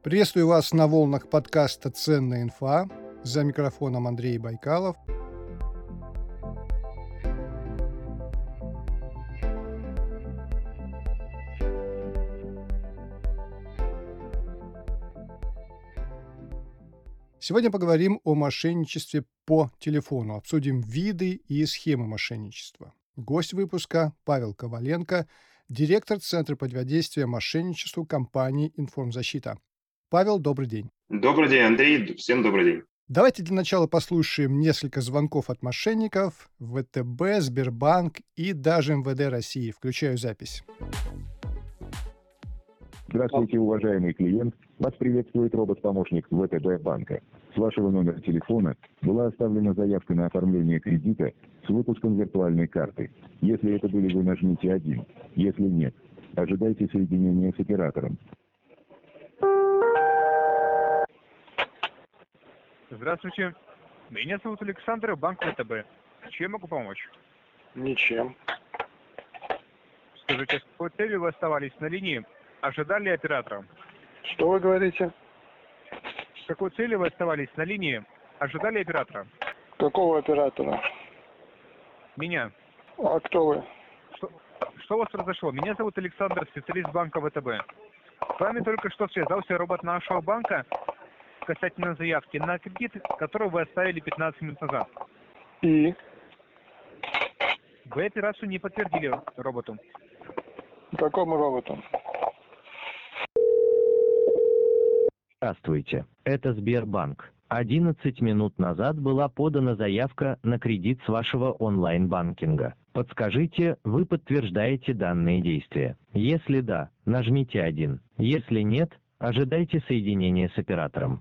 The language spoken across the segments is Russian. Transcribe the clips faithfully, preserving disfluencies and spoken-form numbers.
Приветствую вас на волнах подкаста «Ценная инфа». За микрофоном Андрей Байкалов. Сегодня поговорим о мошенничестве по телефону. Обсудим виды и схемы мошенничества. Гость выпуска Павел Коваленко, директор Центра противодействия мошенничеству компании «Информзащита». Павел, добрый день. Добрый день, Андрей. Всем добрый день. Давайте для начала послушаем несколько звонков от мошенников, ВТБ, Сбербанк и даже эм вэ дэ России. Включаю запись. Здравствуйте, уважаемый клиент. Вас приветствует робот-помощник вэ тэ бэ банка. С вашего номера телефона была оставлена заявка на оформление кредита с выпуском виртуальной карты. Если это были вы, нажмите один. Если нет, ожидайте соединения с оператором. Здравствуйте. Меня зовут Александр, банк вэ тэ бэ. Чем могу помочь? Ничем. Скажите, с какой целью вы оставались на линии? Ожидали оператора? Что вы говорите? С какой целью вы оставались на линии? Ожидали оператора? Какого оператора? Меня. А кто вы? Что, что у вас произошло? Меня зовут Александр, специалист банка вэ тэ бэ. С вами только что связался робот нашего банка касательно заявки на кредит, который вы оставили пятнадцать минут назад. И? Вы операцию не подтвердили роботу. Какому роботу? Здравствуйте, это Сбербанк. одиннадцать минут назад была подана заявка на кредит с вашего онлайн-банкинга. Подскажите, вы подтверждаете данные действия? Если да, нажмите один. Если нет, ожидайте соединения с оператором.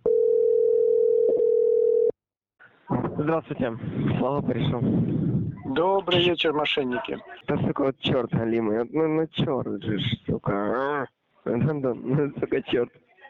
Здравствуйте, Слава пришел. Добрый вечер, мошенники. Да, сука, вот черт галимый, ну, ну черт же, сука, ну, сука, черт.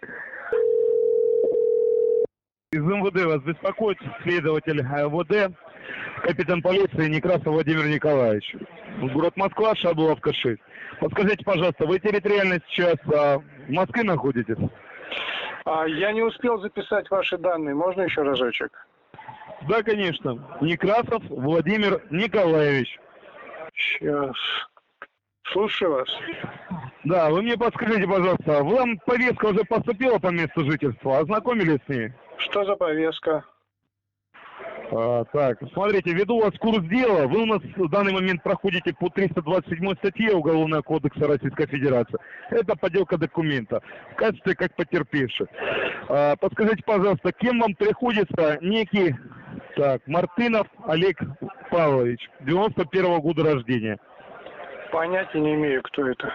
Из эм вэ дэ вас беспокоит следователь эм вэ дэ, капитан полиции Некрасов Владимир Николаевич. Город Москва, Шаболовка шесть. Подскажите, пожалуйста, вы территориально сейчас а, в Москве находитесь? А я не успел записать ваши данные. Можно еще разочек? Да, конечно. Некрасов Владимир Николаевич. Сейчас. Слушаю вас. Да, вы мне подскажите, пожалуйста, вам повестка уже поступила по месту жительства? Ознакомились с ней? Что за повестка? А, так, смотрите, ввиду вас курс дела, вы у нас в данный момент проходите по триста двадцать седьмой статье Уголовного кодекса Российской Федерации. Это подделка документа в качестве как потерпевших. А, подскажите, пожалуйста, кем вам приходится некий так, Мартынов Олег Павлович, девяносто первого года рождения? Понятия не имею, кто это.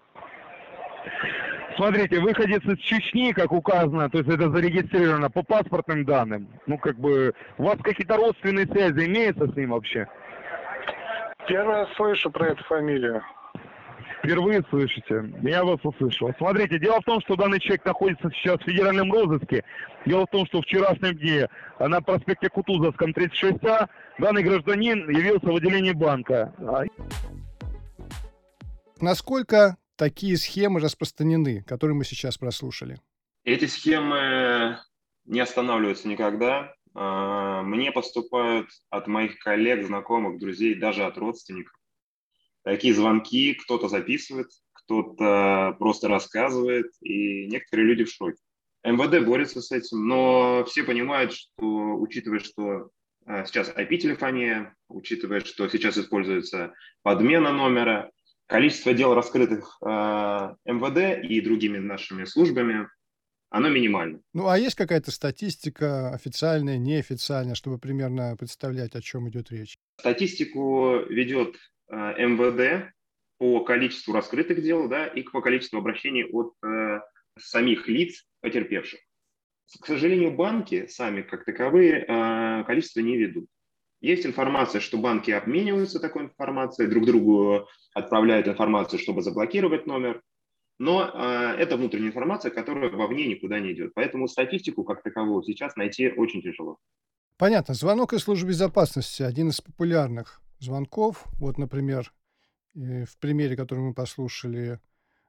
Смотрите, выходец из Чечни, как указано, то есть это зарегистрировано по паспортным данным. Ну, как бы, у вас какие-то родственные связи имеются с ним вообще? Первый раз слышу про эту фамилию. Впервые слышите? Я вас услышал. Смотрите, дело в том, что данный человек находится сейчас в федеральном розыске. Дело в том, что в вчерашнем дне на проспекте Кутузовском тридцать шесть А данный гражданин явился в отделении банка. Насколько такие схемы распространены, которые мы сейчас прослушали? Эти схемы не останавливаются никогда. Мне поступают от моих коллег, знакомых, друзей, даже от родственников. Такие звонки кто-то записывает, кто-то просто рассказывает, и некоторые люди в шоке. эм вэ дэ борется с этим, но все понимают, что, учитывая, что сейчас ай пи-телефония, учитывая, что сейчас используется подмена номера, количество дел, раскрытых э, эм вэ дэ и другими нашими службами, оно минимально. Ну, а есть какая-то статистика официальная, неофициальная, чтобы примерно представлять, о чем идет речь? Статистику ведет э, эм вэ дэ по количеству раскрытых дел, да, и по количеству обращений от э, самих лиц потерпевших. К сожалению, банки сами как таковые э, количество не ведут. Есть информация, что банки обмениваются такой информацией, друг другу отправляют информацию, чтобы заблокировать номер, но э, это внутренняя информация, которая вовне никуда не идет. Поэтому статистику как таковую сейчас найти очень тяжело. Понятно. Звонок из службы безопасности – один из популярных звонков. Вот, например, в примере, который мы послушали,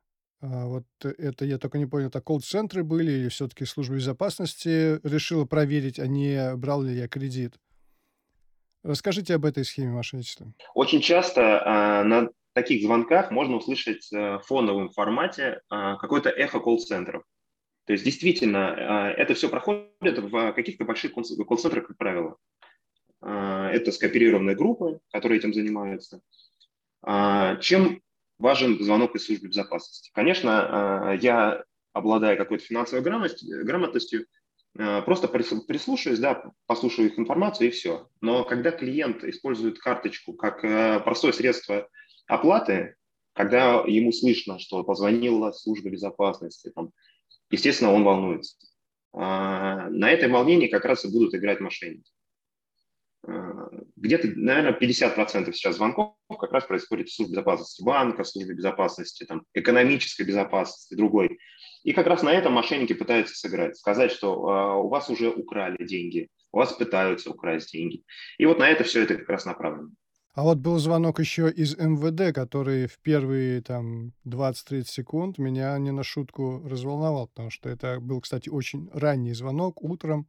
А вот это я только не понял, это колл-центры были или все-таки служба безопасности решила проверить, а не брал ли я кредит? Расскажите об этой схеме мошенничества. Очень часто а, на таких звонках можно услышать а, в фоновом формате а, какое-то эхо колл-центров. То есть действительно а, это все проходит в каких-то больших колл- колл-центрах, как правило. А, это скооперированные группы, которые этим занимаются. А, Чем важен звонок из службы безопасности? Конечно, а, я, обладая какой-то финансовой грамотностью, грамотностью, а, просто прис- прислушаюсь, да, послушаю их информацию и все. Но когда клиент использует карточку как э, простое средство оплаты, когда ему слышно, что позвонила служба безопасности, там, естественно, он волнуется. А, На этой волнении как раз и будут играть мошенники. А, Где-то, наверное, пятьдесят процентов сейчас звонков как раз происходит в службе безопасности банка, в службе безопасности, там, экономической безопасности, другой. И как раз на этом мошенники пытаются сыграть, сказать, что а, у вас уже украли деньги, у вас пытаются украсть деньги. И вот на это все это как раз направлено. А вот был звонок еще из эм вэ дэ, который в первые там двадцать-тридцать секунд меня не на шутку разволновал, потому что это был, кстати, очень ранний звонок утром,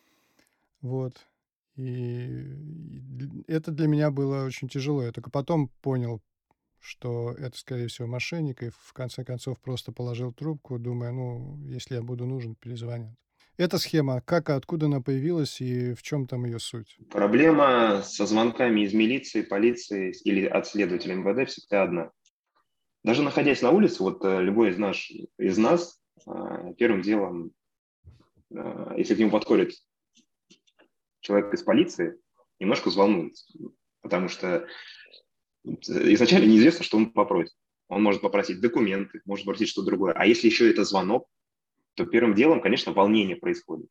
вот. И д- это для меня было очень тяжело. Я только потом понял, что это, скорее всего, мошенник, и в конце концов просто положил трубку, думая, ну, если я буду нужен, перезвонят. Эта схема, как и откуда она появилась и в чем там ее суть? Проблема со звонками из милиции, полиции или от следователя эм вэ дэ всегда одна. Даже находясь на улице, вот э, любой из, наш, из нас а, первым делом, а, если к нему подходит человек из полиции, немножко взволнуется, потому что изначально неизвестно, что он попросит. Он может попросить документы, может попросить что-то другое. А если еще это звонок, то первым делом, конечно, волнение происходит.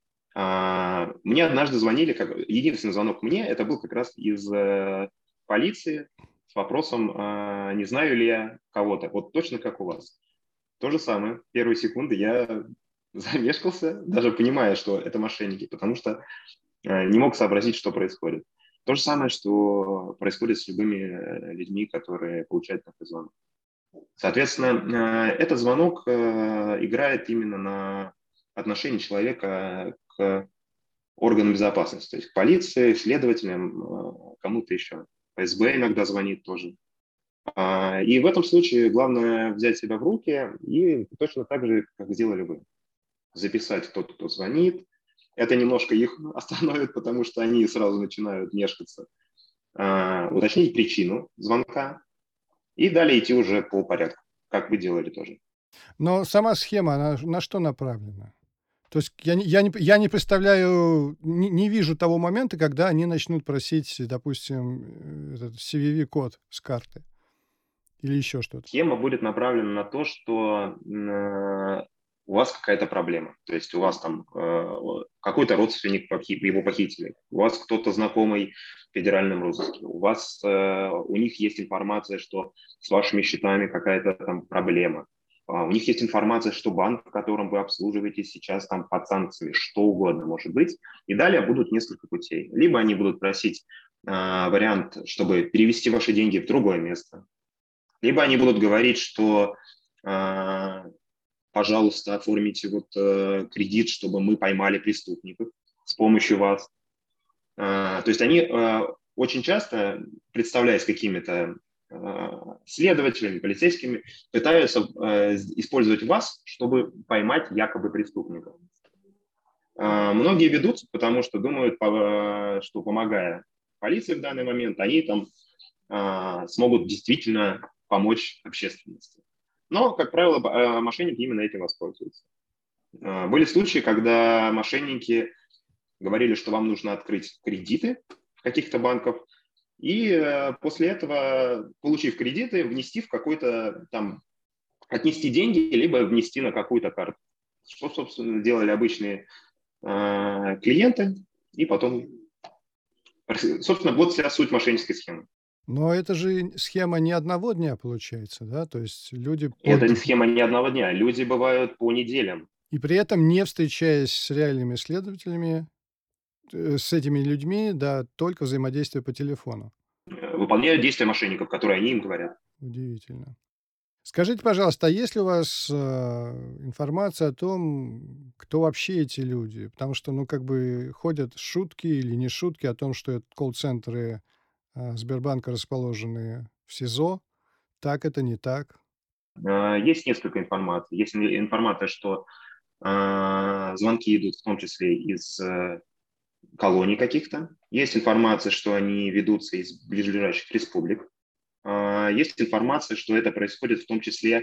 А, Мне однажды звонили, как, единственный звонок мне, это был как раз из э, полиции с вопросом, а, не знаю ли я кого-то, вот точно как у вас. То же самое. Первые секунды я замешкался, даже понимая, что это мошенники, потому что э, не мог сообразить, что происходит. То же самое, что происходит с любыми э, людьми, которые получают такой звонок. Соответственно, э, этот звонок э, играет именно на отношении человека к органам безопасности, то есть к полиции, следователям, э, кому-то еще. эс бэ иногда звонит тоже. А, И в этом случае главное взять себя в руки и точно так же, как сделали вы, записать тот, кто звонит. Это немножко их остановит, потому что они сразу начинают мешкаться. А, Уточнить причину звонка и далее идти уже по порядку, как вы делали тоже. Но сама схема, она ж- на что направлена? То есть я не, я не, я не представляю, не, не вижу того момента, когда они начнут просить, допустим, э, этот си ви ви-код с карты или еще что-то. Схема будет направлена на то, что э, у вас какая-то проблема. То есть у вас там э, какой-то родственник похи- его похитили, у вас кто-то знакомый в федеральном розыске, у вас э, у них есть информация, что с вашими счетами какая-то там проблема. А, У них есть информация, что банк, в котором вы обслуживаетесь сейчас там под санкциями, что угодно может быть. И далее будут несколько путей. Либо они будут просить э, вариант, чтобы перевести ваши деньги в другое место, либо они будут говорить, что, э, пожалуйста, оформите вот э, кредит, чтобы мы поймали преступников с помощью вас. Э, то есть они э, очень часто, представляясь какими-то э, следователями, полицейскими, пытаются э, использовать вас, чтобы поймать якобы преступников. Э, многие ведутся, потому что думают, по- что помогая полиции в данный момент, они там а, смогут действительно помочь общественности. Но, как правило, а, мошенники именно этим воспользуются. А, Были случаи, когда мошенники говорили, что вам нужно открыть кредиты в каких-то банках, и э, после этого, получив кредиты, внести в какой-то там, отнести деньги, либо внести на какую-то карту. Что, собственно, делали обычные э, клиенты, и потом, собственно, вот вся суть мошеннической схемы. Но это же схема не одного дня получается, да? То есть люди И это под... не схема ни одного дня. Люди бывают по неделям. И при этом не встречаясь с реальными следователями, э, с этими людьми, да, только взаимодействие по телефону. э, Выполняют действия мошенников, которые они им говорят. Удивительно. Скажите, пожалуйста, а есть ли у вас, э, информация о том, кто вообще эти люди? Потому что, ну, как бы ходят шутки или не шутки о том, что это колл-центры, э, Сбербанка расположены в СИЗО. Так это, не так? А, Есть несколько информаций. Есть ин- информация, что а, звонки идут в том числе из э, колоний каких-то. Есть информация, что они ведутся из ближайших республик. А, Есть информация, что это происходит в том числе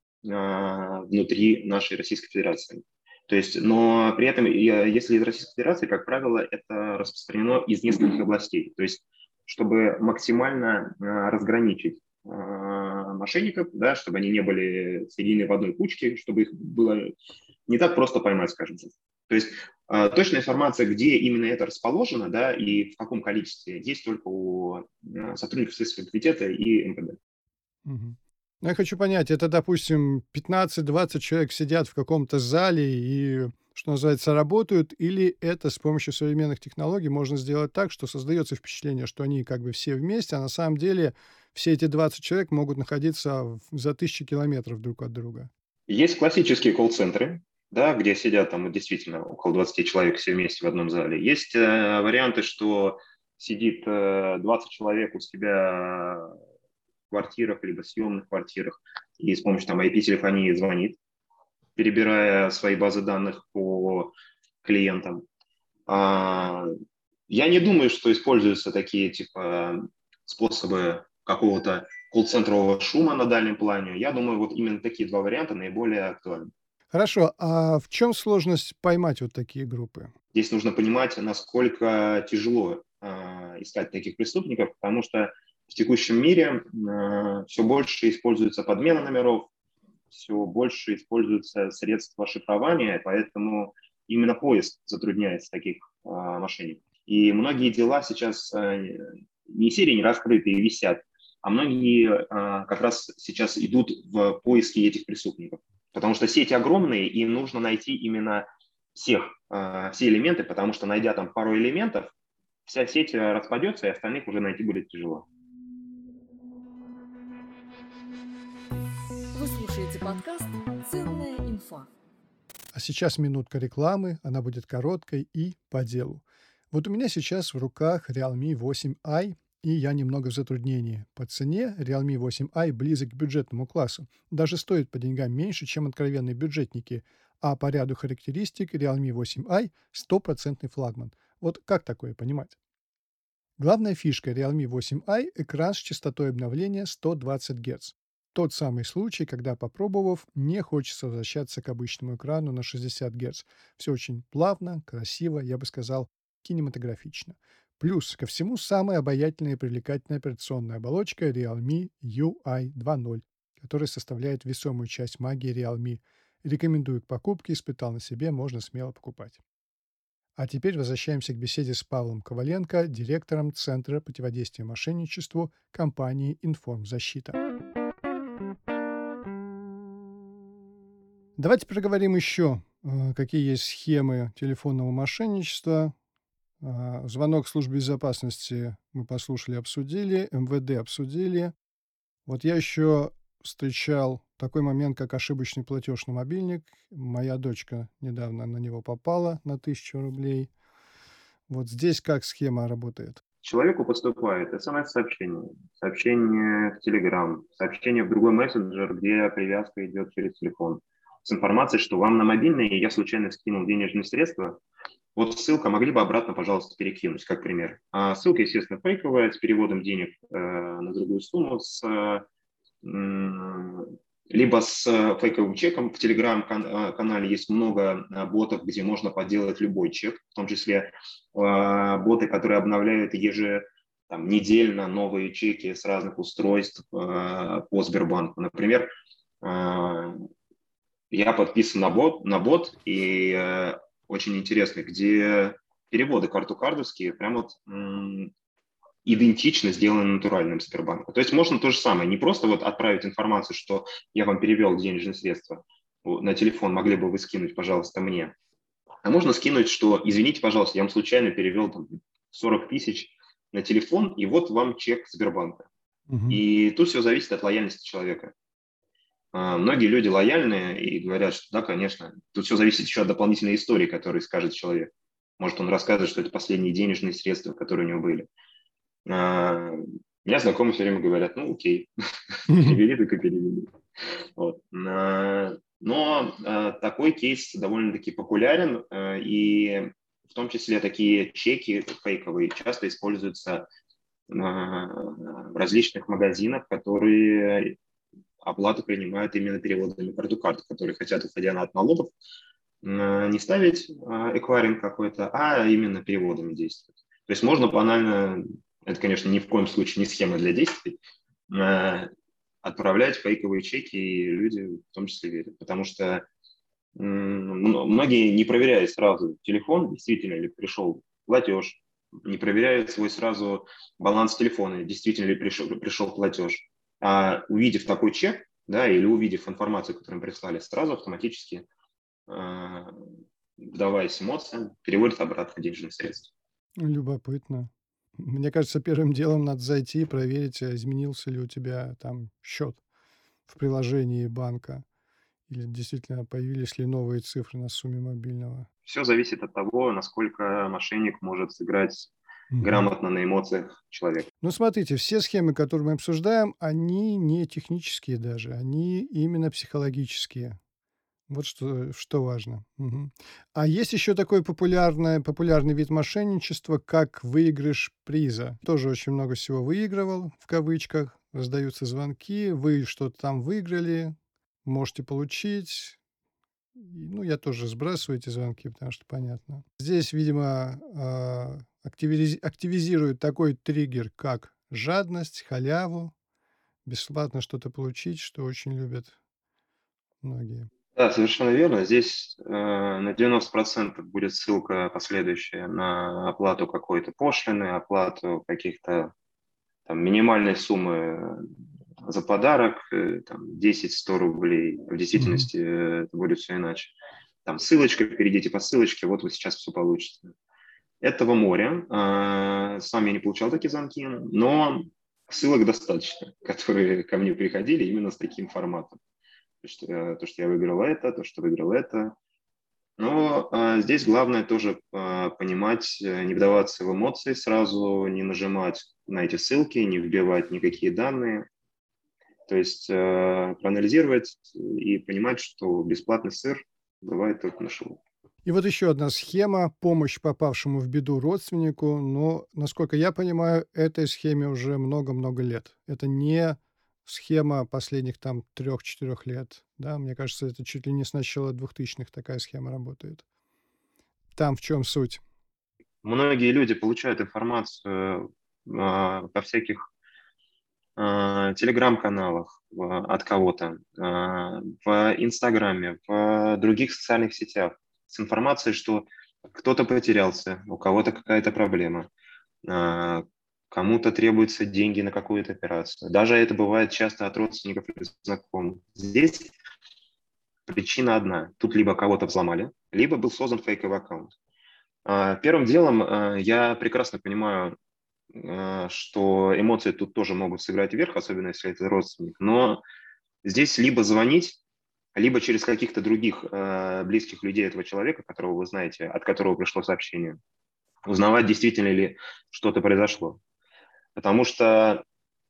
а, внутри нашей Российской Федерации. То есть, но при этом, я- если из Российской Федерации, как правило, это распространено из нескольких областей. То есть, чтобы максимально а, разграничить а, мошенников, да, чтобы они не были соединены в одной кучке, чтобы их было не так просто поймать, скажем так. То есть а, точная информация, где именно это расположено, да, и в каком количестве, есть только у а, сотрудников Следственного комитета и эм пэ дэ. Мгм. Ну, я хочу понять, это, допустим, пятнадцать-двадцать человек сидят в каком-то зале и, что называется, работают, или это с помощью современных технологий можно сделать так, что создается впечатление, что они как бы все вместе, а на самом деле все эти двадцать человек могут находиться в- за тысячи километров друг от друга? Есть классические колл-центры, да, где сидят там действительно около двадцати человек все вместе в одном зале. Есть э, варианты, что сидит э, двадцать человек у себя в квартирах, либо съемных квартирах, и с помощью там ай пи-телефонии звонит, перебирая свои базы данных по клиентам. А, я не думаю, что используются такие типа способы какого-то колл-центрового шума на дальнем плане. Я думаю, вот именно такие два варианта наиболее актуальны. Хорошо, а в чем сложность поймать вот такие группы? Здесь нужно понимать, насколько тяжело а, искать таких преступников, потому что в текущем мире а, все больше используется подмена номеров, все больше используется средства шифрования, поэтому именно поиск затрудняется таких а, мошенников. И многие дела сейчас а, не серии не раскрыты и висят, а многие а, как раз сейчас идут в поиске этих преступников. Потому что сети огромные, и нужно найти именно всех, а, все элементы, потому что, найдя там пару элементов, вся сеть распадется, и остальных уже найти будет тяжело. Вы слушаете подкаст «Ценная инфа». А сейчас минутка рекламы, она будет короткой и по делу. Вот у меня сейчас в руках Realme восемь ай, и я немного в затруднении. По цене Realme восемь ай близок к бюджетному классу, даже стоит по деньгам меньше, чем откровенные бюджетники, а по ряду характеристик Realme восемь ай стопроцентный флагман. Вот как такое понимать? Главная фишка Realme восемь ай – экран с частотой обновления сто двадцать Гц. Тот самый случай, когда, попробовав, не хочется возвращаться к обычному экрану на шестьдесят Гц. Все очень плавно, красиво, я бы сказал, кинематографично. Плюс ко всему самая обаятельная и привлекательная операционная оболочка Realme ю ай два ноль, которая составляет весомую часть магии Realme. Рекомендую к покупке, испытал на себе, можно смело покупать. А теперь возвращаемся к беседе с Павлом Коваленко, директором Центра противодействия мошенничеству компании «Информзащита». Давайте проговорим еще, э, какие есть схемы телефонного мошенничества. А, Звонок в службе безопасности мы послушали, обсудили, эм вэ дэ обсудили. Вот я еще встречал такой момент, как ошибочный платеж на мобильник. Моя дочка недавно на него попала на тысячу рублей. Вот здесь как схема работает? Человеку поступает смс-сообщение, сообщение в Telegram, сообщение в другой мессенджер, где привязка идет через телефон, с информацией, что вам на мобильный я случайно скинул денежные средства. Вот ссылка, могли бы обратно, пожалуйста, перекинуть, как пример. А ссылка, естественно, фейковая, с переводом денег э, на другую сумму, с, э, либо с фейковым чеком. В Telegram-канале есть много ботов, где можно подделать любой чек, в том числе э, боты, которые обновляют еже, там, недельно новые чеки с разных устройств э, по Сбербанку. Например, э, я подписан на бот, на бот и э, очень интересно, где переводы карту-кардовские прям вот м, идентично сделаны натуральным Сбербанку. То есть можно то же самое, не просто вот отправить информацию, что я вам перевел денежные средства на телефон, могли бы вы скинуть, пожалуйста, мне. А можно скинуть, что, извините, пожалуйста, я вам случайно перевел там, сорок тысяч на телефон, и вот вам чек Сбербанка. Мгм. И тут все зависит от лояльности человека. А, Многие люди лояльные и говорят, что да, конечно, тут все зависит еще от дополнительной истории, которую скажет человек. Может, он расскажет, что это последние денежные средства, которые у него были. А, Меня знакомые все время говорят, ну окей, перевели, так и перевели. Вот. А, Но а, такой кейс довольно-таки популярен, а, и в том числе такие чеки фейковые часто используются а, в различных магазинах, которые оплату принимают именно переводами карту-карт, которые хотят, уходя от налогов, а, не ставить а, эквайринг какой-то, а именно переводами действовать. То есть можно банально, это, конечно, ни в коем случае не схема для действий, а, отправлять фейковые чеки, и люди в том числе верят. Потому что м, многие не проверяют сразу телефон, действительно ли пришел платеж, не проверяют свой сразу баланс телефона, действительно ли пришел, пришел платеж. А увидев такой чек, да, или увидев информацию, которую им прислали, сразу автоматически, э, вдаваясь в эмоции, переводят обратно денежные средства. Любопытно. Мне кажется, первым делом надо зайти и проверить, а изменился ли у тебя там счет в приложении банка, или действительно появились ли новые цифры на сумме мобильного. Все зависит от того, насколько мошенник может сыграть Мгм. грамотно на эмоциях человека. Ну, смотрите, все схемы, которые мы обсуждаем, они не технические даже, они именно психологические. Вот что, что важно. Мгм. А есть еще такой популярный, популярный вид мошенничества, как выигрыш приза. Тоже очень много всего выигрывал, в кавычках. Раздаются звонки, вы что-то там выиграли, можете получить. И, ну, я тоже сбрасываю эти звонки, потому что понятно. Здесь, видимо, а, активизи- активизирует такой триггер, как жадность, халяву, бесплатно что-то получить, что очень любят многие. Да, совершенно верно. Здесь э, на девяносто процентов будет ссылка последующая на оплату какой-то пошлины, оплату каких-то там минимальной суммы за подарок, э, там десять-сто рублей. В Мгм. действительности э, это будет все иначе. Там ссылочка, перейдите по ссылочке, вот вы сейчас все получите. Этого моря. А, Сам я не получал такие звонки, но ссылок достаточно, которые ко мне приходили именно с таким форматом. То, что, я- то, что я выиграл это, то, что выиграл это. Но а, здесь главное тоже а, понимать, э, не вдаваться в эмоции сразу, не нажимать на эти ссылки, не вбивать никакие данные. То есть э, проанализировать и понимать, что бесплатный сыр бывает только на шоу. И вот еще одна схема — помощь попавшему в беду родственнику. Но, насколько я понимаю, этой схеме уже много-много лет. Это не схема последних там трех-четырех лет. Да, мне кажется, это чуть ли не с начала двухтысячных такая схема работает. Там в чем суть? Многие люди получают информацию а, во всяких а, телеграм-каналах в- от кого-то, а, в Инстаграме, в других социальных сетях с информацией, что кто-то потерялся, у кого-то какая-то проблема, а, кому-то требуются деньги на какую-то операцию. Даже это бывает часто от родственников или знакомых. Здесь причина одна. Тут либо кого-то взломали, либо был создан фейковый аккаунт. А, Первым делом а, я прекрасно понимаю, а, что эмоции тут тоже могут сыграть вверх, особенно если это родственник. Но здесь либо звонить, либо через каких-то других э, близких людей этого человека, которого вы знаете, от которого пришло сообщение, узнавать, действительно ли что-то произошло. Потому что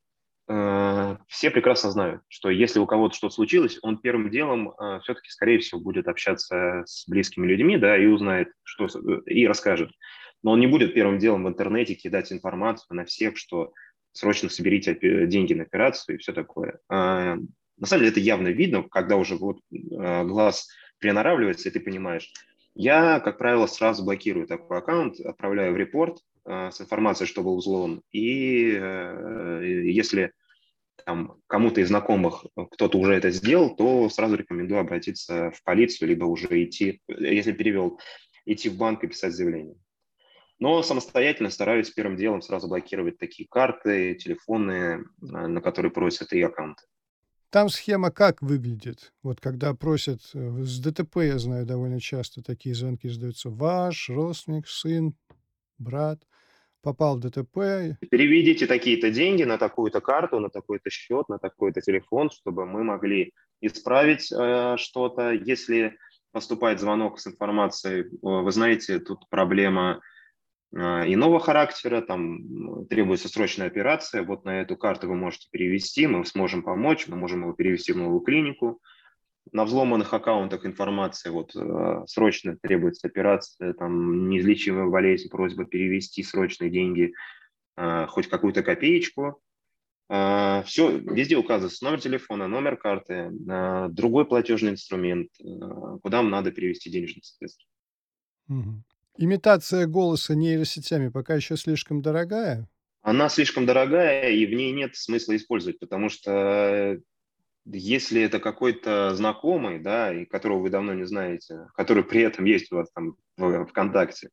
э, все прекрасно знают, что если у кого-то что-то случилось, он первым делом э, все-таки, скорее всего, будет общаться с близкими людьми, да, и узнает, что, и расскажет. Но он не будет первым делом в интернете кидать информацию на всех, что срочно соберите деньги на операцию и все такое. А, на самом деле это явно видно, когда уже вот э, глаз приноравливается, и ты понимаешь. Я, как правило, сразу блокирую такой аккаунт, отправляю в репорт э, с информацией, что был взлом. И э, если там, кому-то из знакомых кто-то уже это сделал, то сразу рекомендую обратиться в полицию, либо уже идти, если перевел, идти в банк и писать заявление. Но самостоятельно стараюсь первым делом сразу блокировать такие карты, телефоны, на которые просят и аккаунты. Там схема как выглядит? Вот когда просят э, с ДТП, я знаю, довольно часто такие звонки задаются. Ваш родственник, сын, брат попал в ДТП. Переведите такие-то деньги на такую-то карту, на такой-то счет, на такой-то телефон, чтобы мы могли исправить э, что-то. Если поступает звонок с информацией, э, вы знаете, тут проблема э, иного характера, там требуется срочная операция, вот на эту карту вы можете перевести, мы сможем помочь, мы можем его перевести в новую клинику. На взломанных аккаунтах информация, вот э, срочно требуется операция, там неизлечимая болезнь, просьба перевести срочные деньги, э, хоть какую-то копеечку. Э, все, везде указывается номер телефона, номер карты, э, другой платежный инструмент, э, куда вам надо перевести денежные средства. Мгм. Имитация голоса нейросетями пока еще слишком дорогая? Она слишком дорогая, и в ней нет смысла использовать, потому что если это какой-то знакомый, да, и которого вы давно не знаете, который при этом есть у вас там в ВКонтакте,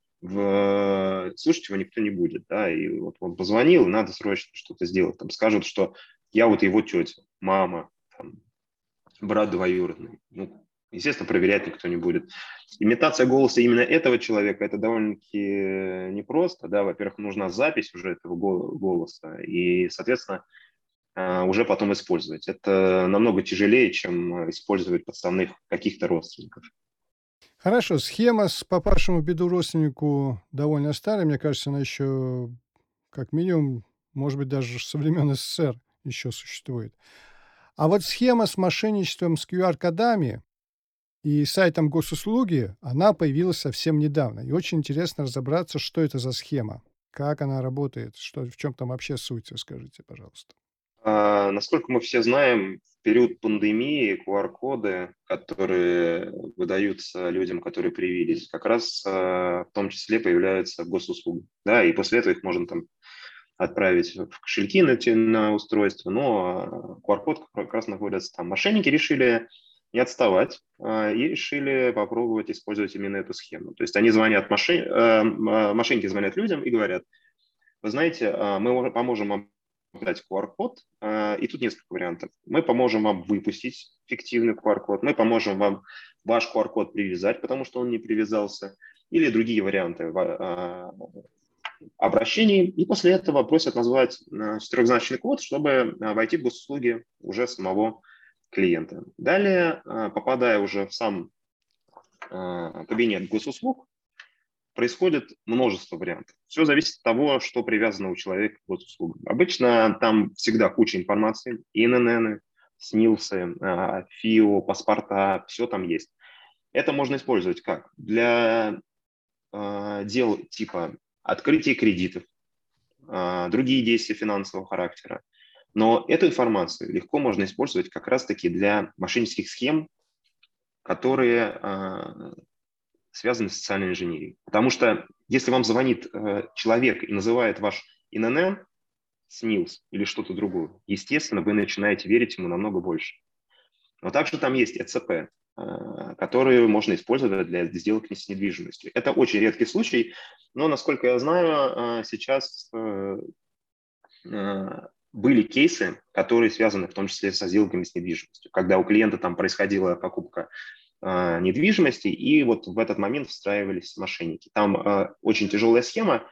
в... слушать его никто не будет, да, и вот он позвонил, и надо срочно что-то сделать, там скажут, что я вот его тетя, мама, там, брат двоюродный, ну, естественно, проверять никто не будет. Имитация голоса именно этого человека, это довольно-таки непросто, да, во-первых, нужна запись уже этого голоса, и, соответственно, уже потом использовать. Это намного тяжелее, чем использовать подставных каких-то родственников. Хорошо, схема с попавшему в беду родственнику довольно старая. Мне кажется, она еще, как минимум, может быть, даже со времен СССР еще существует. А вот схема с мошенничеством с ку ар-кодами и сайтом госуслуги, она появилась совсем недавно. И очень интересно разобраться, что это за схема, как она работает, что, в чем там вообще суть, скажите, пожалуйста. А, насколько мы все знаем, в период пандемии ку ар-коды, которые выдаются людям, которые привились, как раз а, в том числе появляются госуслуги. Да, и после этого их можно там отправить в кошельки на, на устройство, но ку ар-код как раз находится там. Мошенники решили не отставать а, и решили попробовать использовать именно эту схему. То есть они звонят, мошен... а, мошенники звонят людям и говорят: вы знаете, а, мы поможем вам дать ку ар-код, и тут несколько вариантов. Мы поможем вам выпустить фиктивный ку ар-код, мы поможем вам ваш ку ар-код привязать, потому что он не привязался, или другие варианты обращений, и после этого просят назвать четырехзначный код, чтобы войти в госуслуги уже самого клиента. Далее, попадая уже в сам кабинет госуслуг, происходит множество вариантов. Все зависит от того, что привязано у человека к госуслугам. Обычно там всегда куча информации, эн эн эн, СНИЛСы, ФИО, паспорта, все там есть. Это можно использовать как для э, дел типа открытия кредитов, э, другие действия финансового характера. Но эту информацию легко можно использовать как раз-таки для мошеннических схем, которые э, связаны с социальной инженерией. Потому что если вам звонит э, человек и называет ваш эн эн эн, СНИЛС или что-то другое, естественно, вы начинаете верить ему намного больше. Но также там есть э цэ пэ, э, которые можно использовать для сделок с недвижимостью. Это очень редкий случай, но, насколько я знаю, э, сейчас э, э, были кейсы, которые связаны в том числе со сделками с недвижимостью, когда у клиента там происходила покупка недвижимости, и вот в этот момент встраивались мошенники. Там э, очень тяжелая схема,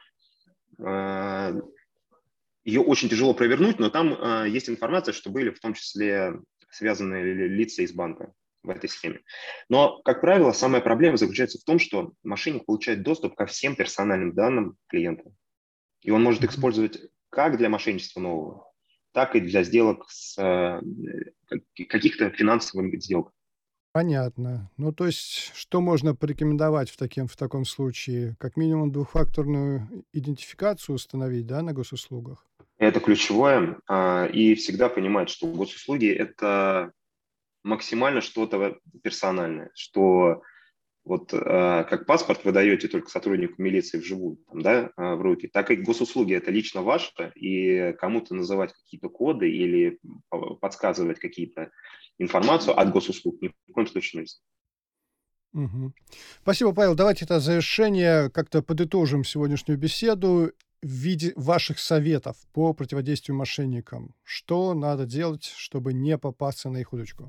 э, ее очень тяжело провернуть, но там э, есть информация, что были в том числе связанные лица из банка в этой схеме. Но, как правило, самая проблема заключается в том, что мошенник получает доступ ко всем персональным данным клиента, и он может использовать как для мошенничества нового, так и для сделок с э, каких-то финансовых сделок. Понятно. Ну, то есть, что можно порекомендовать в, таким, в таком случае? Как минимум двухфакторную идентификацию установить, да, на госуслугах? Это ключевое. И всегда понимать, что госуслуги – это максимально что-то персональное, что вот как паспорт вы даете только сотруднику милиции вживую, там, да, в руки, так и госуслуги – это лично ваше, и кому-то называть какие-то коды или подсказывать какие-то информацию от госуслуг ни в коем случае нельзя. Угу. Спасибо, Павел. Давайте это завершение как-то подытожим сегодняшнюю беседу в виде ваших советов по противодействию мошенникам. Что надо делать, чтобы не попасться на их удочку?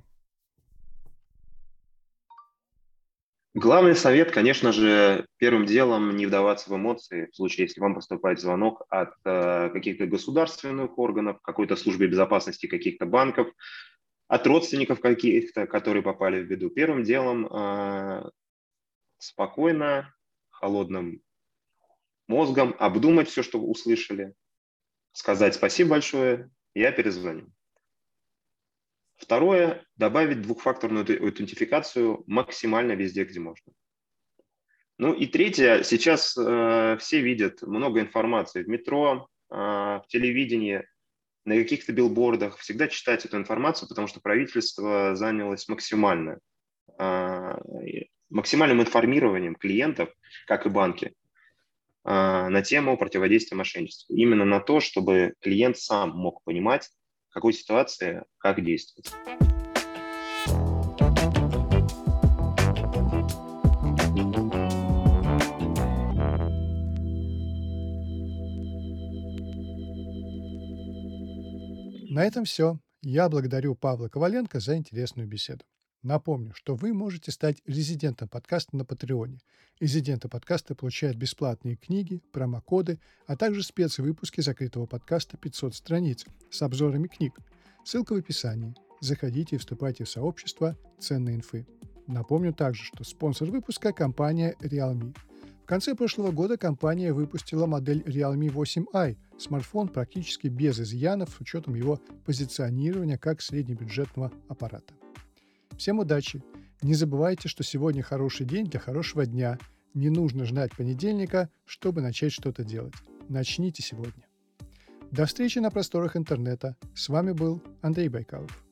Главный совет, конечно же, первым делом не вдаваться в эмоции в случае, если вам поступает звонок от э, каких-то государственных органов, какой-то службы безопасности, каких-то банков. от родственников каких-то, которые попали в беду. Первым делом э, спокойно, холодным мозгом обдумать все, что вы услышали, сказать спасибо большое, я перезвоню. Второе, добавить двухфакторную аутентификацию максимально везде, где можно. Ну и третье, сейчас э, все видят много информации в метро, э, в телевидении, на каких-то билбордах. Всегда читать эту информацию, потому что правительство занялось максимально, э, максимальным информированием клиентов, как и банки, э, на тему противодействия мошенничеству. Именно на то, чтобы клиент сам мог понимать, в какой ситуации как действовать. На этом все. Я благодарю Павла Коваленко за интересную беседу. Напомню, что вы можете стать резидентом подкаста на Патреоне. Резиденты подкаста получают бесплатные книги, промокоды, а также спецвыпуски закрытого подкаста пятьсот страниц с обзорами книг. Ссылка в описании. Заходите и вступайте в сообщество ценной инфы. Напомню также, что спонсор выпуска – компания Realme. В конце прошлого года компания выпустила модель Realme восемь ай, смартфон практически без изъянов с учетом его позиционирования как среднебюджетного аппарата. Всем удачи! Не забывайте, что сегодня хороший день для хорошего дня. Не нужно ждать понедельника, чтобы начать что-то делать. Начните сегодня. До встречи на просторах интернета. С вами был Андрей Байкалов.